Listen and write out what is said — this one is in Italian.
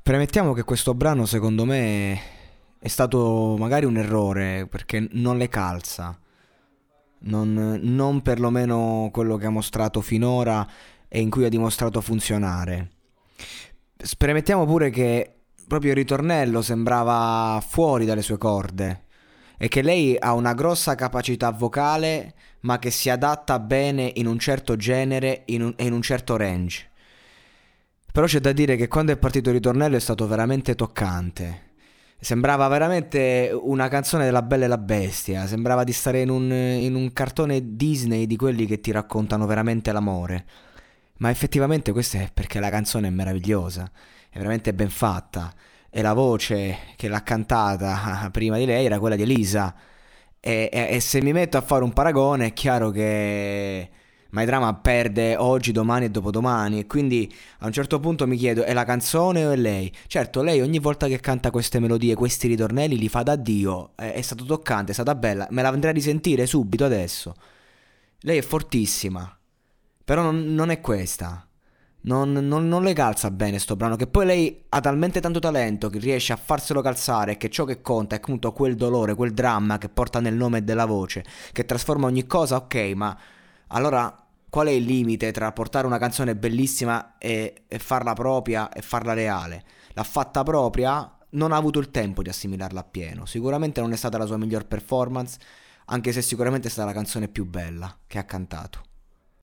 Premettiamo che questo brano secondo me è stato magari un errore perché non le calza, non perlomeno quello che ha mostrato finora e in cui ha dimostrato funzionare. Premettiamo pure che proprio il ritornello sembrava fuori dalle sue corde e che lei ha una grossa capacità vocale ma che si adatta bene in un certo genere e in un certo range. Però c'è da dire che quando è partito il ritornello è stato veramente toccante. Sembrava veramente una canzone della Bella e la Bestia. Sembrava di stare in un cartone Disney di quelli che ti raccontano veramente l'amore. Ma effettivamente questo è perché la canzone è meravigliosa. È veramente ben fatta. E la voce che l'ha cantata prima di lei era quella di Elisa. E se mi metto a fare un paragone è chiaro che My Drama perde oggi, domani e dopodomani. E quindi a un certo punto mi chiedo, è la canzone o è lei? Certo, lei ogni volta che canta queste melodie, questi ritornelli, li fa da Dio. È stato toccante, è stata bella. Me la andrei a risentire subito adesso. Lei è fortissima. Però non è questa. Non le calza bene sto brano. Che poi lei ha talmente tanto talento che riesce a farselo calzare. Che ciò che conta è appunto quel dolore, quel dramma che porta nel nome della voce. Che trasforma ogni cosa, ok, ma allora qual è il limite tra portare una canzone bellissima e farla propria e farla reale? L'ha fatta propria, non ha avuto il tempo di assimilarla appieno. Sicuramente non è stata la sua miglior performance, anche se sicuramente è stata la canzone più bella che ha cantato.